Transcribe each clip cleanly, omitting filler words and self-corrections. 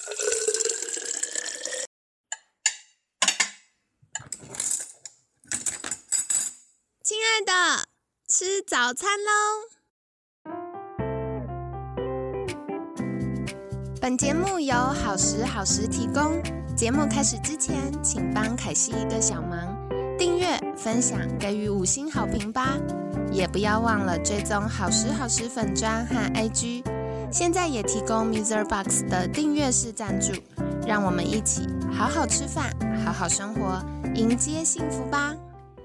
亲爱的，吃早餐喽！本节目由好时好时提供。节目开始之前，请帮凯西一个小忙，订阅、分享、给予5星好评吧！也不要忘了追踪好时好时粉专和 IG。现在也提供 MixerBox 的订阅式赞助，让我们一起好好吃饭，好好生活，迎接幸福吧！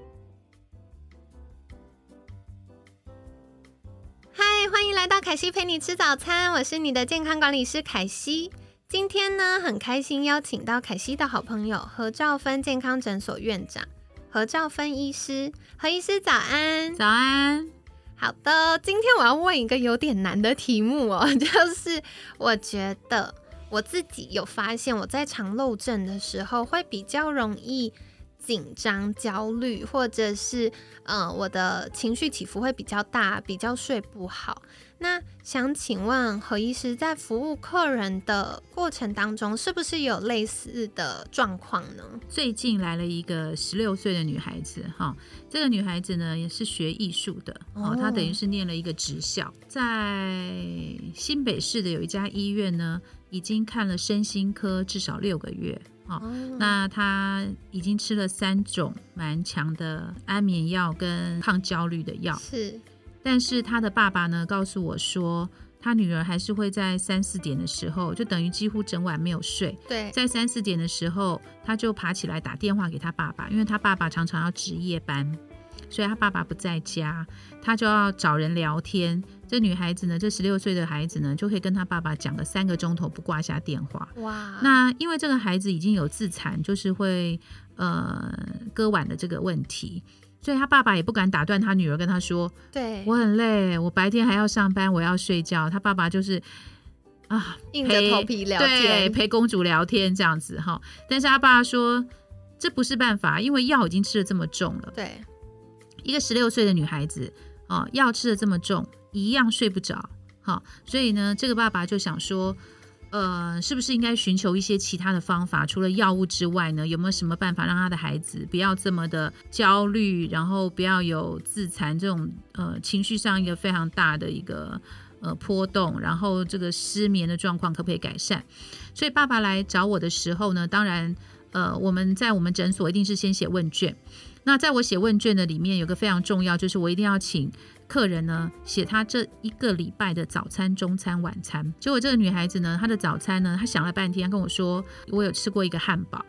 嗨，欢迎来到凯西陪你吃早餐，我是你的健康管理师凯西。今天呢，很开心邀请到凯西的好朋友何兆芬健康诊所院长何兆芬医师。何医师早安。 早安。 好的，今天我要问一个有点难的题目哦，就是我觉得我自己有发现，我在肠漏症的时候会比较容易紧张、焦虑，或者是我的情绪起伏会比较大，比较睡不好。那想请问何医师，在服务客人的过程当中，是不是有类似的状况呢？ 最近来了一个16岁的女孩子，这个女孩子呢也是学艺术的，她等于是念了一个职校，在新北市的有一家医院呢，已经看了身心科至少6个月。那她已经吃了3种蛮强的安眠药跟抗焦虑的药， 是。 但是她的爸爸呢告诉我说，她女儿还是会在3、4点的时候，就等于几乎整晚没有睡。 对， 在3、4点的时候，她就爬起来打电话给她爸爸，因为她爸爸常常要值夜班，所以她爸爸不在家，她就要找人聊天。这女孩子呢，这16岁的孩子呢，就可以跟她爸爸讲个3个钟头不挂下电话。 哇！ 那因为这个孩子已经有自残，就是会割腕的这个问题。所以他爸爸也不敢打断他女儿，跟他说：“对，我很累，我白天还要上班，我要睡觉。”他爸爸就是硬着头皮聊天， 对，陪公主聊天这样子哈。但是他爸爸说这不是办法，因为药已经吃得这么重了。对，一个16岁的女孩子药吃得这么重，一样睡不着。所以呢，这个爸爸就想说。是不是应该寻求一些其他的方法？除了药物之外呢，有没有什么办法让他的孩子不要这么的焦虑，然后不要有自残这种情绪上一个非常大的一个波动，然后这个失眠的状况可不可以改善？所以爸爸来找我的时候呢，当然我们在我们诊所一定是先写问卷。那在我写问卷的里面有个非常重要，就是我一定要请客人呢写他这1个礼拜的早餐、中餐、晚餐。结果这个女孩子呢，她的早餐呢，她想了半天，她跟我说我有吃过一个汉堡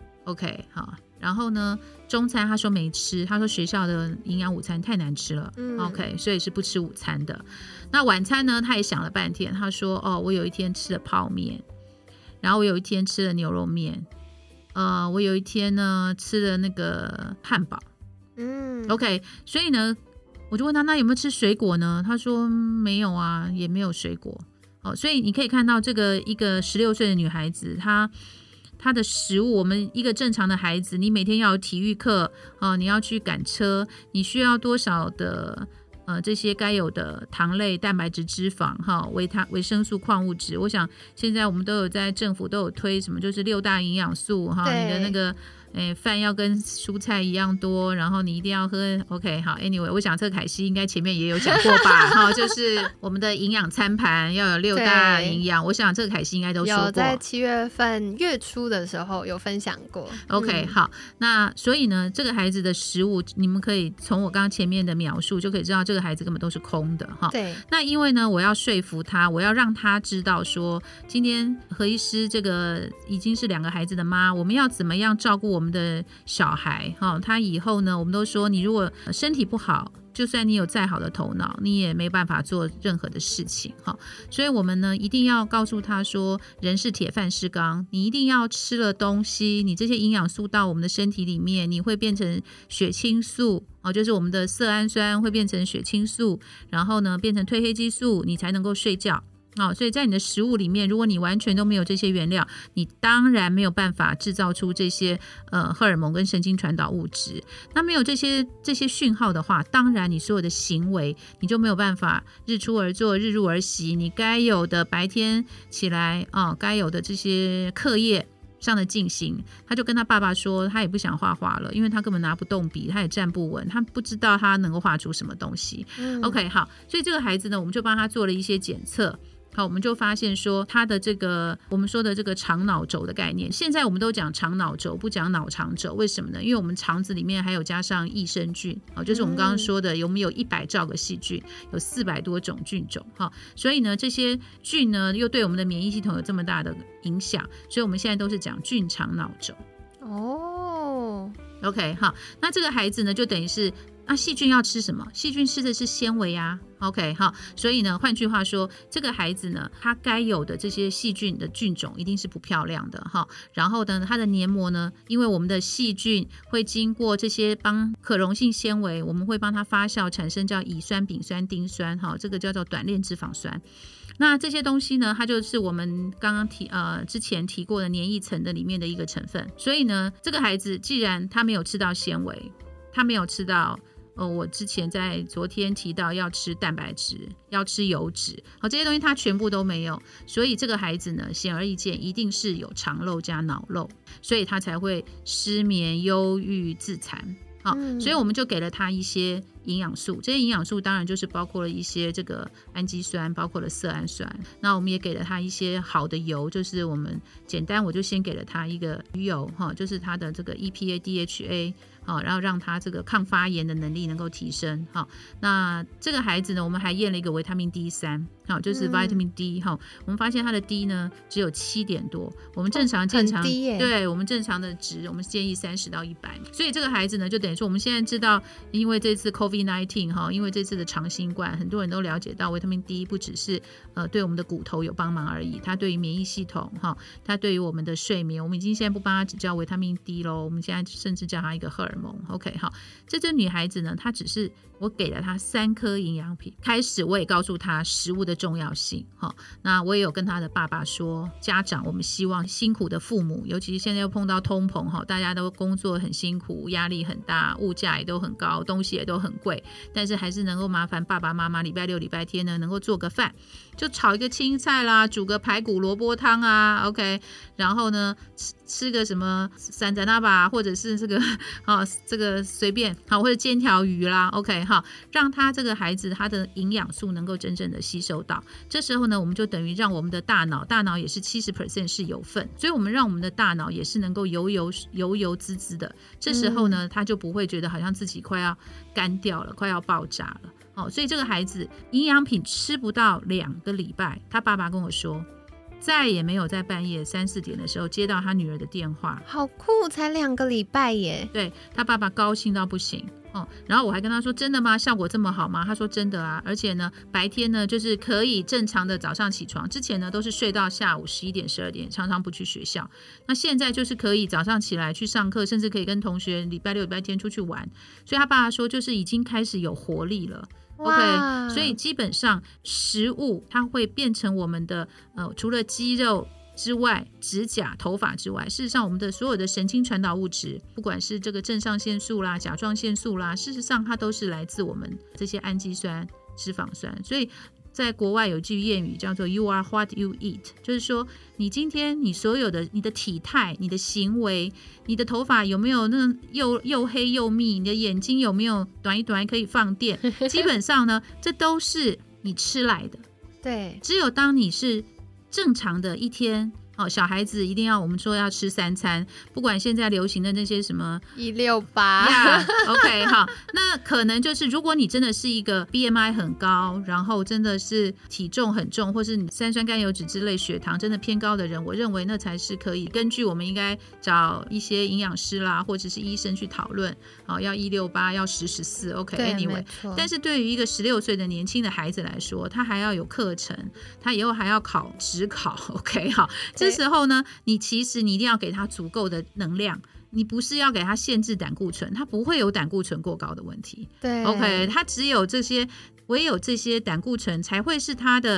OK 好，然后呢中餐她说没吃，她说学校的营养午餐太难吃了OK 所以是不吃午餐的。那晚餐呢，她也想了半天，她说我有一天吃了泡面，然后我有一天吃了牛肉面，我有一天呢吃了那个汉堡OK 所以呢我就问他那有没有吃水果呢？他说没有啊，也没有水果。所以你可以看到这个一个16岁的女孩子，她的食物，我们一个正常的孩子，你每天要有体育课你要去赶车，你需要多少的这些该有的糖类、蛋白质、脂肪维生素、矿物质。我想现在我们都有在政府都有推什么，就是6大营养素你的那个饭要跟蔬菜一样多，然后你一定要喝 OK 好 anyway 我想这个凯西应该前面也有讲过吧就是我们的营养餐盘要有6大营养，我想这个凯西应该都说过， 有在7月份月初的时候有分享过 OK 好，那所以呢这个孩子的食物你们可以从我刚刚前面的描述就可以知道这个孩子根本都是空的对，那因为呢我要说服他，我要让他知道说今天何医师这个已经是2个孩子的妈，我们要怎么样照顾我们的小孩他以后呢，我们都说你如果身体不好，就算你有再好的头脑，你也没办法做任何的事情所以我们呢一定要告诉他说人是铁饭是钢，你一定要吃了东西，你这些营养素到我们的身体里面，你会变成血清素就是我们的色氨酸会变成血清素，然后呢变成褪黑激素，你才能够睡觉所以在你的食物里面，如果你完全都没有这些原料，你当然没有办法制造出这些荷尔蒙跟神经传导物质。那没有这些讯号的话，当然你所有的行为你就没有办法日出而作日入而息，你该有的白天起来该有的这些课业上的进行。他就跟他爸爸说他也不想画画了，因为他根本拿不动笔，他也站不稳，他不知道他能够画出什么东西。OK， 好，所以这个孩子呢，我们就帮他做了一些检测。好，我们就发现说他的这个我们说的这个肠脑轴的概念，现在我们都讲肠脑轴不讲脑肠轴，为什么呢？因为我们肠子里面还有加上益生菌，就是我们刚刚说的我们有100兆个细菌，有400多种菌种，所以呢这些菌呢又对我们的免疫系统有这么大的影响，所以我们现在都是讲菌肠脑轴。OK， 好，那这个孩子呢就等于是细菌要吃什么？细菌吃的是纤维啊。OK， 好，所以呢，换句话说，这个孩子呢，他该有的这些细菌的菌种一定是不漂亮的哈。然后呢，他的黏膜呢，因为我们的细菌会经过这些可溶性纤维，我们会帮它发酵，产生叫乙酸、丙酸、丁酸，哈，这个叫做短链脂肪酸。那这些东西呢，它就是我们刚刚之前提过的黏液层的里面的一个成分。所以呢，这个孩子既然他没有吃到纤维，他没有吃到我之前在昨天提到要吃蛋白质，要吃油脂，这些东西他全部都没有，所以这个孩子呢，显而易见一定是有肠漏加脑漏，所以他才会失眠、忧郁、自残。所以我们就给了他一些营养素，这些营养素当然就是包括了一些这个氨基酸，包括了色氨酸。那我们也给了他一些好的油，就是我们简单我就先给了他一个鱼油，就是他的这个 EPA DHA， 然后让他这个抗发炎的能力能够提升。那这个孩子呢，我们还验了一个维他命 D3， 就是 Vitamin D， 我们发现他的 D 呢只有7点多，我们正常对我们正常的值我们建议30到100，所以这个孩子呢就等于说我们现在知道，因为这次 COVID-19， 因为这次的长新冠，很多人都了解到维他命 D 不只是对我们的骨头有帮忙而已，它对于免疫系统，它对于我们的睡眠，我们已经现在不帮他只叫维他命 D 咯，我们现在甚至叫他一个荷尔蒙。 OK， 好，这女孩子呢，她只是我给了她3颗营养品，开始我也告诉她食物的重要性。那我也有跟她的爸爸说，家长我们希望辛苦的父母，尤其是现在又碰到通膨，大家都工作很辛苦，压力很大，物价也都很高，东西也都很贵，但是还是能够麻烦爸爸妈妈礼拜六礼拜天呢能够做个饭，就炒一个青菜啦，煮个排骨萝卜汤啊 OK， 然后呢吃个什么散仔那吧，或者是这个随便好，或者煎条鱼啦 OK， 好，让他这个孩子他的营养素能够真正的吸收到。这时候呢，我们就等于让我们的大脑也是 70% 是油分，所以我们让我们的大脑也是能够油滋滋的。这时候呢，他就不会觉得好像自己快要干掉了，快要爆炸了。所以这个孩子营养品吃不到2个礼拜，他爸爸跟我说再也没有在半夜3、4点的时候接到他女儿的电话。 好酷，才2个礼拜耶。 对，他爸爸高兴到不行。然后我还跟他说真的吗？效果这么好吗？他说真的啊，而且呢白天呢就是可以正常的早上起床，之前呢都是睡到下午11点12点，常常不去学校，那现在就是可以早上起来去上课，甚至可以跟同学礼拜六礼拜天出去玩，所以他爸爸说就是已经开始有活力了。OK， 所以基本上食物它会变成我们的除了肌肉之外，指甲、头发之外，事实上我们的所有的神经传导物质，不管是这个正上腺素啦、甲状腺素啦，事实上它都是来自我们这些氨基酸、脂肪酸。所以在国外有句谚语叫做 You are what you eat， 就是说你今天你所有的你的体态、你的行为、你的头发有没有那又黑又密，你的眼睛有没有短一短可以放电，基本上呢这都是你吃来的。 对， 只有当你是正常的一天，小孩子一定要我们说要吃3餐，不管现在流行的那些什么 168 OK 好，那可能就是如果你真的是一个 BMI 很高，然后真的是体重很重，或是你三酸甘油脂之类血糖真的偏高的人，我认为那才是可以根据我们应该找一些营养师啦，或者是医生去讨论，要168要10、14 OK anyway， 但是对于一个16岁的年轻的孩子来说，他还要有课程，他以后还要考指考 OK 好，这时候呢你其实你一定要给他足够的能量，你不是要给他限制胆固醇，他不会有胆固醇过高的问题。 对 OK， 他只有这些，唯有这些胆固醇才会是他的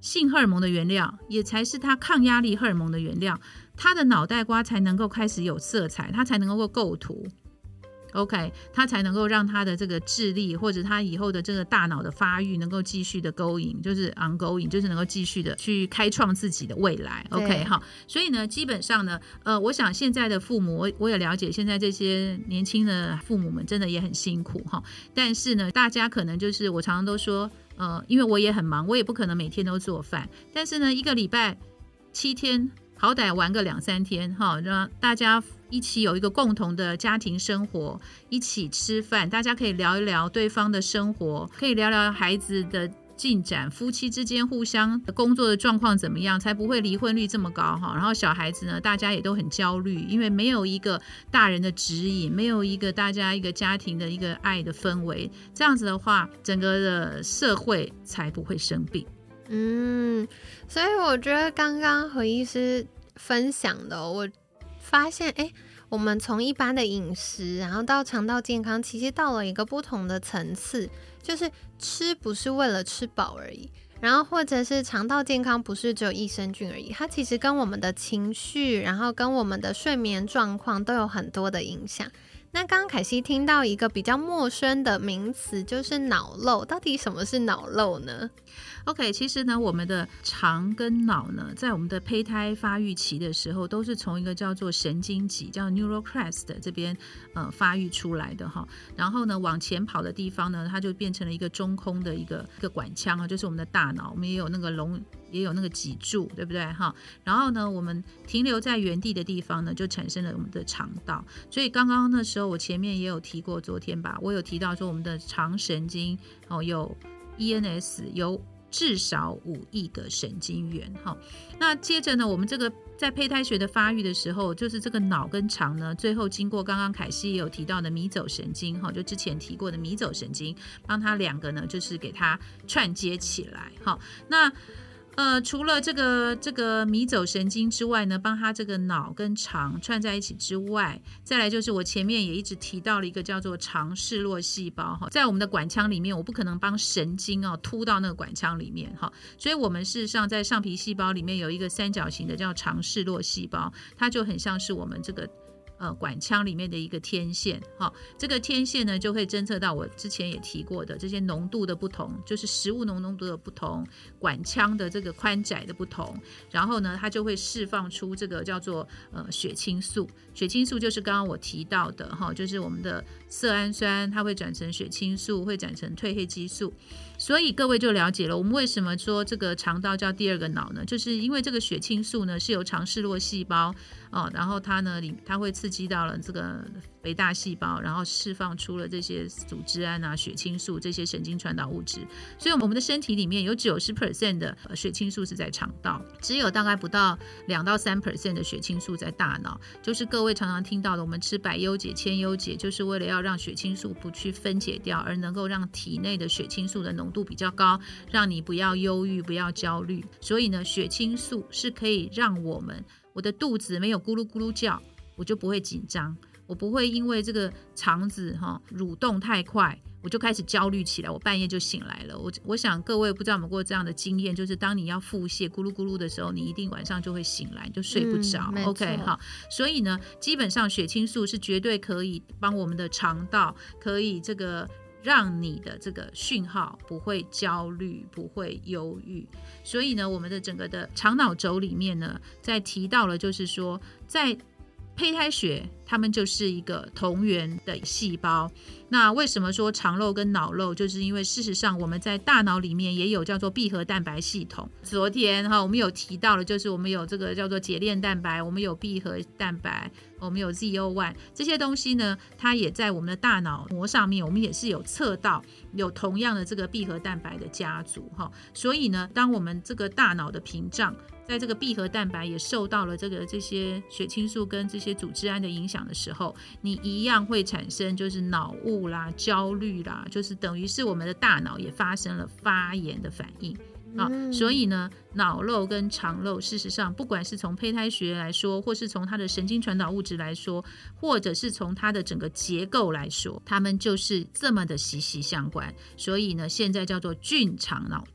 性荷尔蒙的原料，也才是他抗压力荷尔蒙的原料，他的脑袋瓜才能够开始有色彩，他才能够构图。OK， 他才能够让他的这个智力或者他以后的这个大脑的发育能够继续的勾引，就是 ongoing， 就是能够继续的去开创自己的未来。OK， 好，所以呢，基本上呢，我想现在的父母，我也了解，现在这些年轻的父母们真的也很辛苦哈。但是呢，大家可能就是我常常都说，因为我也很忙，我也不可能每天都做饭，但是呢，一个礼拜7天。好歹玩个2-3天哈，让大家一起有一个共同的家庭生活，一起吃饭，大家可以聊一聊对方的生活，可以聊聊孩子的进展，夫妻之间互相工作的状况怎么样，才不会离婚率这么高哈。然后小孩子呢，大家也都很焦虑，因为没有一个大人的指引，没有一个大家一个家庭的一个爱的氛围，这样子的话，整个的社会才不会生病。 所以我觉得刚刚何医师分享的，我发现我们从一般的饮食，然后到肠道健康，其实到了一个不同的层次，就是吃不是为了吃饱而已，然后或者是肠道健康不是只有益生菌而已，它其实跟我们的情绪，然后跟我们的睡眠状况都有很多的影响。那刚刚凯西听到一个比较陌生的名词，就是脑漏，到底什么是脑漏呢？ OK， 其实呢，我们的肠跟脑呢，在我们的胚胎发育期的时候，都是从一个叫做神经脊，叫 neural crest 这边发育出来的哈。然后呢，往前跑的地方呢，它就变成了一个中空的一个管腔啊，就是我们的大脑，我们也有那个也有那个脊柱，对不对哈？然后呢，我们停留在原地的地方呢，就产生了我们的肠道。所以刚刚那时候我前面也有提过，昨天吧，我有提到说我们的肠神经有 ENS， 有至少5亿个神经元。那接着呢，我们这个在胚胎学的发育的时候，就是这个脑跟肠呢，最后经过刚刚凯西也有提到的迷走神经，就之前提过的迷走神经，帮它2个呢，就是给它串接起来。那除了这个迷走神经之外呢，帮它这个脑跟肠串在一起之外，再来就是我前面也一直提到了一个叫做肠室络细胞，在我们的管腔里面，我不可能帮神经突到那个管腔里面，所以我们事实上在上皮细胞里面有一个三角形的叫肠室络细胞，它就很像是我们这个管腔里面的一个天线。这个天线呢，就可以侦测到我之前也提过的这些浓度的不同，就是食物浓度的不同，管腔的这个宽窄的不同，然后呢，它就会释放出这个叫做血清素。血清素就是刚刚我提到的就是我们的色氨酸，它会转成血清素，会转成褪黑激素。所以各位就了解了我们为什么说这个肠道叫第二个脑呢？就是因为这个血清素呢是由肠室络细胞然后它会刺激到了这个肥大细胞，然后释放出了这些组织胺啊、血清素这些神经传导物质。所以我们的身体里面有 90% 的血清素是在肠道，只有大概不到2到3% 的血清素在大脑。就是各位常常听到的，我们吃百忧解、千忧解，就是为了要让血清素不去分解掉，而能够让体内的血清素的浓度比较高，让你不要忧郁、不要焦虑。所以呢，血清素是可以让我的肚子没有咕噜咕噜叫，我就不会紧张，我不会因为这个肠子蠕动太快，我就开始焦虑起来，我半夜就醒来了。我想各位不知道有没有过这样的经验，就是当你要腹泻咕噜咕噜的时候，你一定晚上就会醒来，就睡不着。OK， 好，所以呢，基本上血清素是绝对可以帮我们的肠道，可以这个让你的这个讯号不会焦虑，不会忧郁。所以呢，我们的整个的肠脑轴里面呢，在提到了就是说，在胚胎学它们就是一个同源的细胞。那为什么说肠漏跟脑漏，就是因为事实上我们在大脑里面也有叫做闭合蛋白系统。昨天我们有提到了，就是我们有这个叫做解链蛋白，我们有闭合蛋白，我们有 ZO1 这些东西呢，它也在我们的大脑膜上面，我们也是有测到有同样的这个闭合蛋白的家族。所以呢，当我们这个大脑的屏障在这个闭合蛋白也受到了这些血清素跟这些组织胺的影响的时候，你一样会产生就是脑雾啦、焦虑啦，就是等于是我们的大脑也发生了发炎的反应。所以呢，脑漏跟肠漏事实上不管是从胚胎学来说，或是从它的神经传导物质来说，或者是从它的整个结构来说，它们就是这么的息息相关。所以呢，现在叫做菌肠脑轴。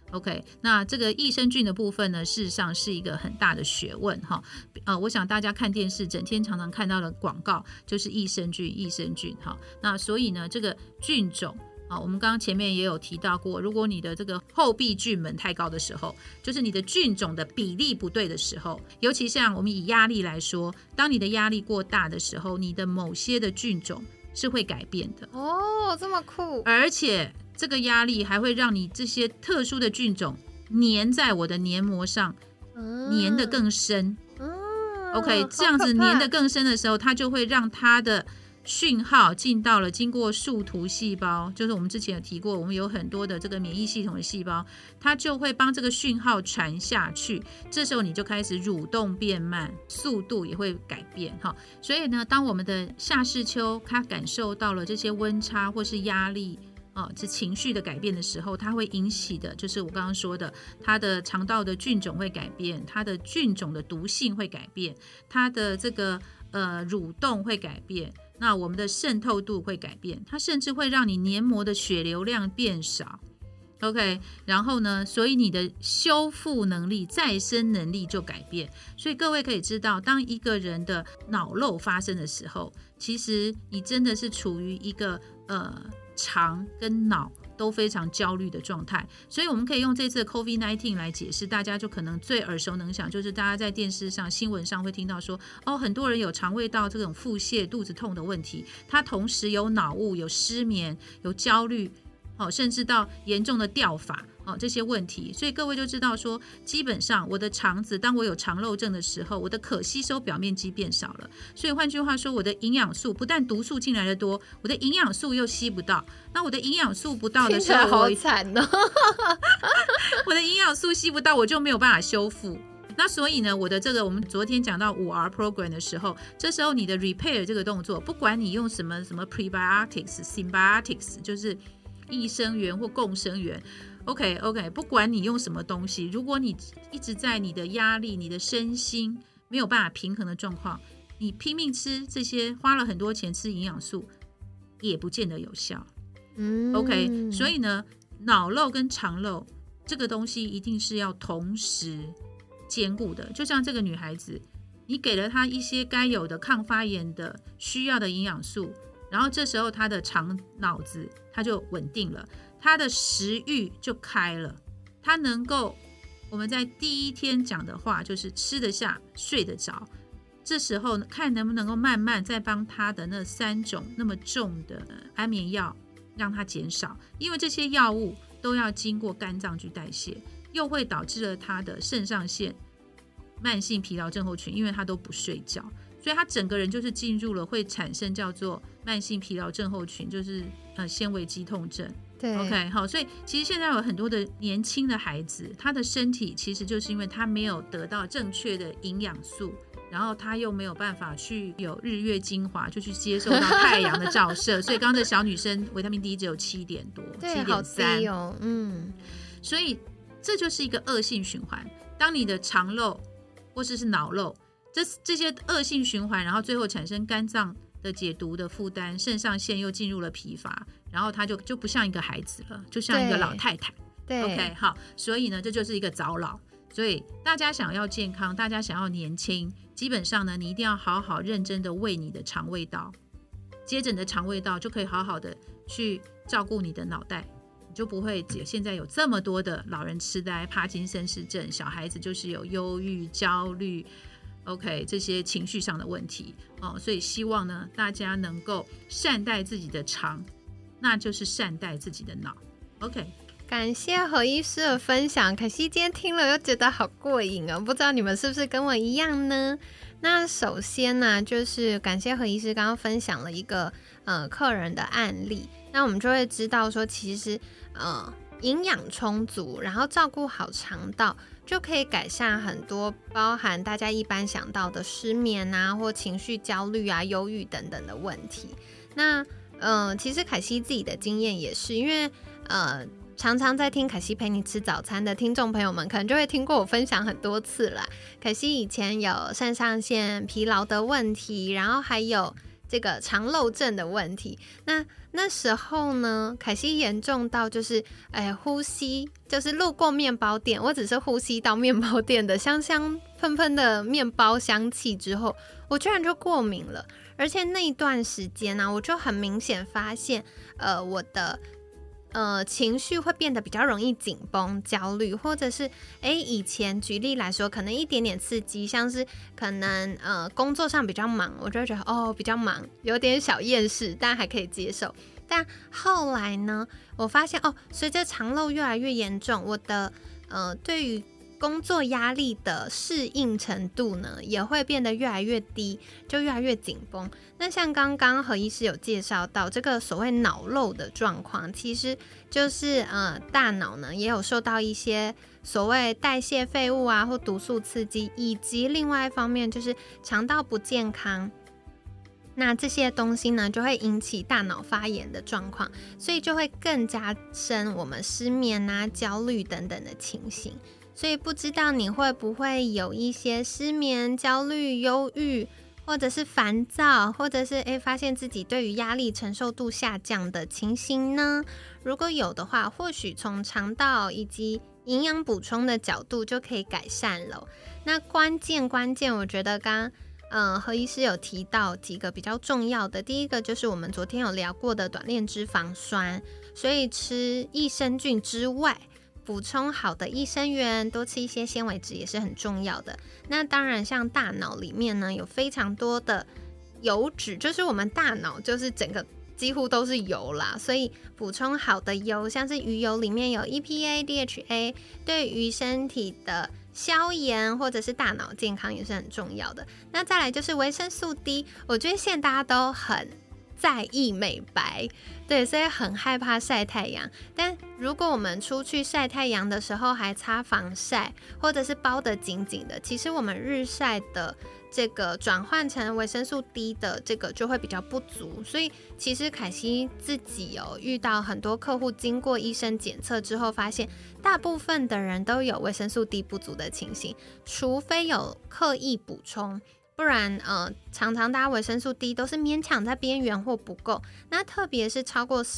OK， 那这个益生菌的部分呢，事实上是一个很大的学问哈。我想大家看电视整天常常看到的广告就是益生菌哈。那所以呢，这个菌种我们刚刚前面也有提到过，如果你的这个后壁菌门太高的时候，就是你的菌种的比例不对的时候，尤其像我们以压力来说，当你的压力过大的时候，你的某些的菌种是会改变的哦，这么酷， 而且这个压力还会让你这些特殊的菌种粘在我的黏膜上，粘得更深。OK， 这样子粘得更深的时候，它就会让它的讯号进到了经过树突细胞，就是我们之前有提过，我们有很多的这个免疫系统的细胞，它就会帮这个讯号传下去，这时候你就开始蠕动变慢，速度也会改变。所以呢，当我们的夏世秋它感受到了这些温差或是压力这情绪的改变的时候，它会引起的就是我刚刚说的，它的肠道的菌种会改变，它的菌种的毒性会改变，它的这个蠕动会改变，那我们的渗透度会改变，它甚至会让你黏膜的血流量变少。OK， 然后呢，所以你的修复能力、再生能力就改变。所以各位可以知道，当一个人的脑漏发生的时候，其实你真的是处于一个肠跟脑都非常焦虑的状态。所以我们可以用这次的 COVID-19 来解释，大家就可能最耳熟能详，就是大家在电视上新闻上会听到说，很多人有肠胃道这种腹泻肚子痛的问题，他同时有脑雾、有失眠、有焦虑，甚至到严重的掉发这些问题。所以各位就知道说，基本上我的肠子当我有肠漏症的时候，我的可吸收表面积变少了，所以换句话说，我的营养素不但毒素进来的多，我的营养素又吸不到。那我的营养素不到的时候， 听起来好惨哦我的营养素吸不到，我就没有办法修复。那所以呢，我的这个我们昨天讲到 5R program 的时候，这时候你的 repair 这个动作，不管你用什么 prebiotics、symbiotics， 就是益生元或共生元，OK， 不管你用什么东西，如果你一直在你的压力、你的身心没有办法平衡的状况，你拼命吃这些，花了很多钱吃营养素，也不见得有效。OK， 所以呢，脑漏跟肠漏这个东西一定是要同时兼顾的。就像这个女孩子，你给了她一些该有的抗发炎的需要的营养素，然后这时候她的脑子它就稳定了，她的食欲就开了，她能够我们在第一天讲的话就是吃得下睡得着。这时候看能不能够慢慢再帮她的那3种那么重的安眠药让它减少，因为这些药物都要经过肝脏去代谢，又会导致了她的肾上腺慢性疲劳症候群，因为她都不睡觉，所以他整个人就是进入了会产生叫做慢性疲劳症候群，就是纤维肌痛症。 对 ，OK， 好，所以其实现在有很多的年轻的孩子，他的身体其实就是因为他没有得到正确的营养素，然后他又没有办法去有日月精华，就去接受到太阳的照射，所以刚刚的小女生维他命 D 只有7点多，7.3 哦， 所以这就是一个恶性循环。当你的肠漏或是脑漏，这些恶性循环，然后最后产生肝脏的解毒的负担，肾上腺又进入了疲乏，然后他就不像一个孩子了，就像一个老太太。 对 ，OK， 好，所以呢，这就是一个早老。所以大家想要健康，大家想要年轻，基本上呢，你一定要好好认真的喂你的肠胃道，接着你的肠胃道就可以好好的去照顾你的脑袋，你就不会现在有这么多的老人痴呆、帕金森氏症，小孩子就是有忧郁、焦虑。OK， 这些情绪上的问题所以希望呢，大家能够善待自己的肠，那就是善待自己的脑。OK， 感谢何医师的分享，可惜今天听了又觉得好过瘾哦，不知道你们是不是跟我一样呢？那首先呢，就是感谢何医师刚刚分享了一个客人的案例，那我们就会知道说，其实营养充足，然后照顾好肠道，就可以改善很多包含大家一般想到的失眠啊，或情绪焦虑啊、忧郁等等的问题。那其实凯西自己的经验也是，因为常常在听凯西陪你吃早餐的听众朋友们，可能就会听过我分享很多次啦。凯西以前有肾上腺疲劳的问题，然后还有这个肠漏症的问题。那时候呢，凯西严重到就是呼吸，就是路过面包店，我只是呼吸到面包店的香香喷喷的面包香气之后，我居然就过敏了。而且那一段时间呢，我就很明显发现我的情绪会变得比较容易紧绷、焦虑，或者是以前举例来说，可能一点点刺激，像是可能工作上比较忙，我就会觉得比较忙，有点小厌世，但还可以接受。但后来呢，我发现随着肠漏越来越严重，我的对于工作压力的适应程度呢，也会变得越来越低，就越来越紧绷。那像刚刚何医师有介绍到这个所谓脑漏的状况，其实就是大脑呢也有受到一些所谓代谢废物啊或毒素刺激，以及另外一方面就是肠道不健康。那这些东西呢，就会引起大脑发炎的状况，所以就会更加深我们失眠啊、焦虑等等的情形。所以不知道你会不会有一些失眠、焦虑、忧郁，或者是烦躁，或者是发现自己对于压力承受度下降的情形呢？如果有的话，或许从肠道以及营养补充的角度就可以改善了。那关键，我觉得刚何医师有提到几个比较重要的，第一个就是我们昨天有聊过的短链脂肪酸，所以吃益生菌之外，补充好的益生元，多吃一些纤维质也是很重要的。那当然像大脑里面呢有非常多的油脂，就是我们大脑就是整个几乎都是油啦，所以补充好的油，像是鱼油里面有 EPA、DHA， 对于身体的消炎或者是大脑健康也是很重要的。那再来就是维生素 D， 我觉得现在大家都很在意美白，对，所以很害怕晒太阳。但如果我们出去晒太阳的时候还擦防晒，或者是包得紧紧的，其实我们日晒的这个转换成维生素 D 的这个就会比较不足。所以其实凯西自己遇到很多客户经过医生检测之后，发现大部分的人都有维生素 D 不足的情形，除非有刻意补充，不然常常大家维生素 D 都是勉强在边缘或不够。那特别是超过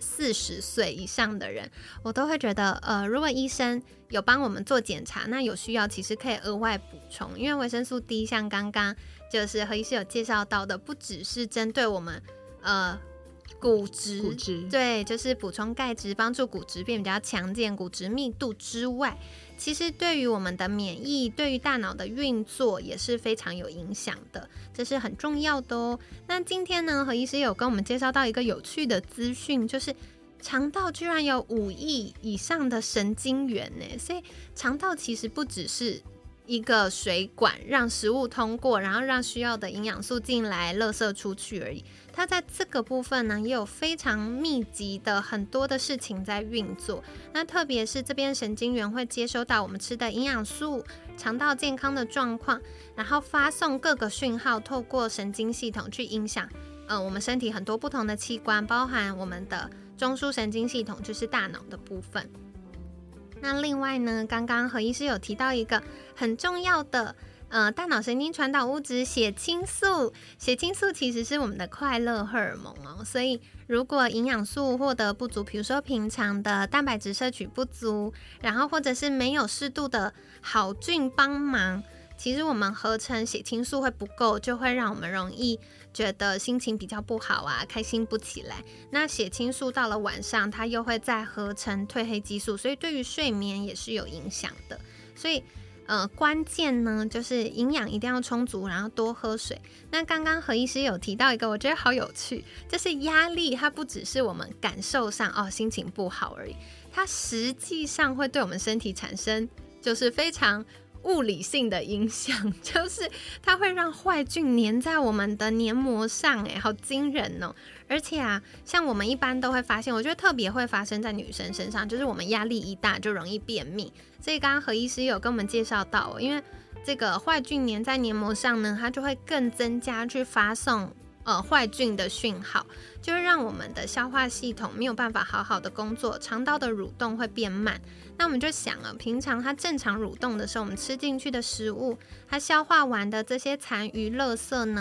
40岁以上的人，我都会觉得如果医生有帮我们做检查，那有需要其实可以额外补充，因为维生素 D 像刚刚就是何医师有介绍到的，不只是针对我们骨质，对，就是补充钙质，帮助骨质变比较强健，骨质密度之外，其实对于我们的免疫，对于大脑的运作也是非常有影响的，这是很重要的哦。那今天呢，何医师有跟我们介绍到一个有趣的资讯，就是肠道居然有5亿以上的神经元呢，所以肠道其实不只是一个水管让食物通过，然后让需要的营养素进来，垃圾出去而已。它在这个部分呢，也有非常密集的很多的事情在运作。那特别是这边神经元会接收到我们吃的营养素、肠道健康的状况，然后发送各个讯号，透过神经系统去影响我们身体很多不同的器官，包含我们的中枢神经系统，就是大脑的部分。那另外呢，刚刚何医师有提到一个很重要的大脑神经传导物质血清素。血清素其实是我们的快乐荷尔蒙哦，所以如果营养素获得不足，比如说平常的蛋白质摄取不足，然后或者是没有适度的好菌帮忙，其实我们合成血清素会不够，就会让我们容易觉得心情比较不好啊，开心不起来。那血清素到了晚上，它又会再合成褪黑激素，所以对于睡眠也是有影响的。所以关键呢就是营养一定要充足，然后多喝水。那刚刚何医师有提到一个我觉得好有趣，就是压力它不只是我们感受上心情不好而已，它实际上会对我们身体产生就是非常物理性的影响，就是它会让坏菌粘在我们的黏膜上，好惊人哦！而且像我们一般都会发现，我觉得特别会发生在女生身上，就是我们压力一大就容易便秘。所以刚刚何医师有跟我们介绍到，因为这个坏菌粘在黏膜上呢，它就会更增加去发送坏菌的讯号，就会让我们的消化系统没有办法好好的工作，肠道的蠕动会变慢。那我们就想平常它正常蠕动的时候，我们吃进去的食物，它消化完的这些残余垃圾呢，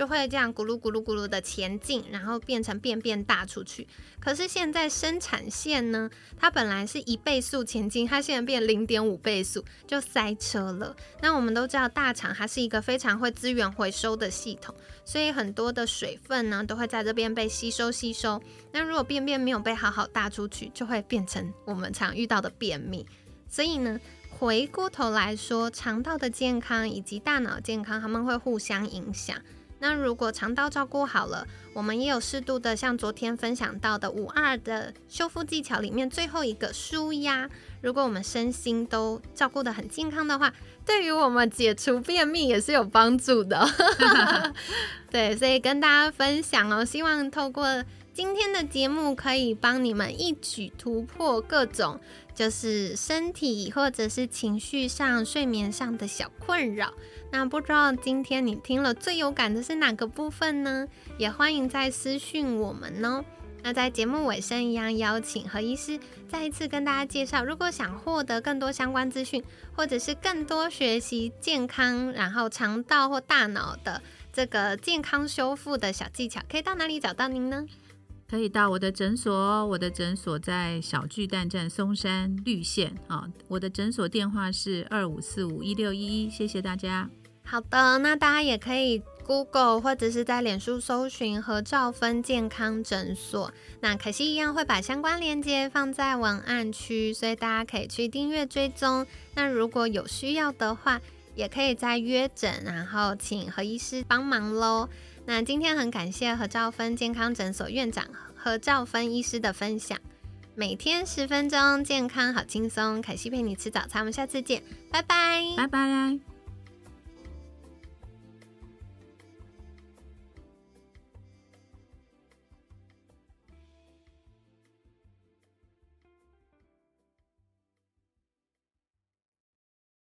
就会这样咕噜咕噜咕噜的前进，然后变成便便大出去。可是现在生产线呢，它本来是1倍速前进，它现在变0.5倍速，就塞车了。那我们都知道大肠它是一个非常会资源回收的系统，所以很多的水分呢都会在这边被吸收。那如果便便没有被好好大出去，就会变成我们常遇到的便秘。所以呢，回过头来说，肠道的健康以及大脑健康，它们会互相影响。那如果肠道照顾好了，我们也有适度的，像昨天分享到的5-2的修复技巧里面最后一个舒压，如果我们身心都照顾得很健康的话，对于我们解除便秘也是有帮助的。对，所以跟大家分享哦，希望透过今天的节目可以帮你们一举突破各种就是身体或者是情绪上、睡眠上的小困扰。那不知道今天你听了最有感的是哪个部分呢？也欢迎再私讯我们哦。那在节目尾声一样邀请何医师再一次跟大家介绍，如果想获得更多相关资讯，或者是更多学习健康然后肠道或大脑的这个健康修复的小技巧，可以到哪里找到您呢？ 可以到我的诊所哦，我的诊所在小巨蛋站松山绿线啊，我的诊所电话是25451611，谢谢大家。 好的，那大家也可以 Google 或者是在脸书搜寻何兆芬健康诊所，那可惜一样会把相关链接放在文案区，所以大家可以去订阅追踪。那如果有需要的话，也可以再约诊，然后请何医师帮忙咯。那今天很感谢何兆芬健康诊所院长何兆芬医师的分享，每天10分钟，健康好轻松，凯西陪你吃早餐，我们下次见，拜拜， 拜拜。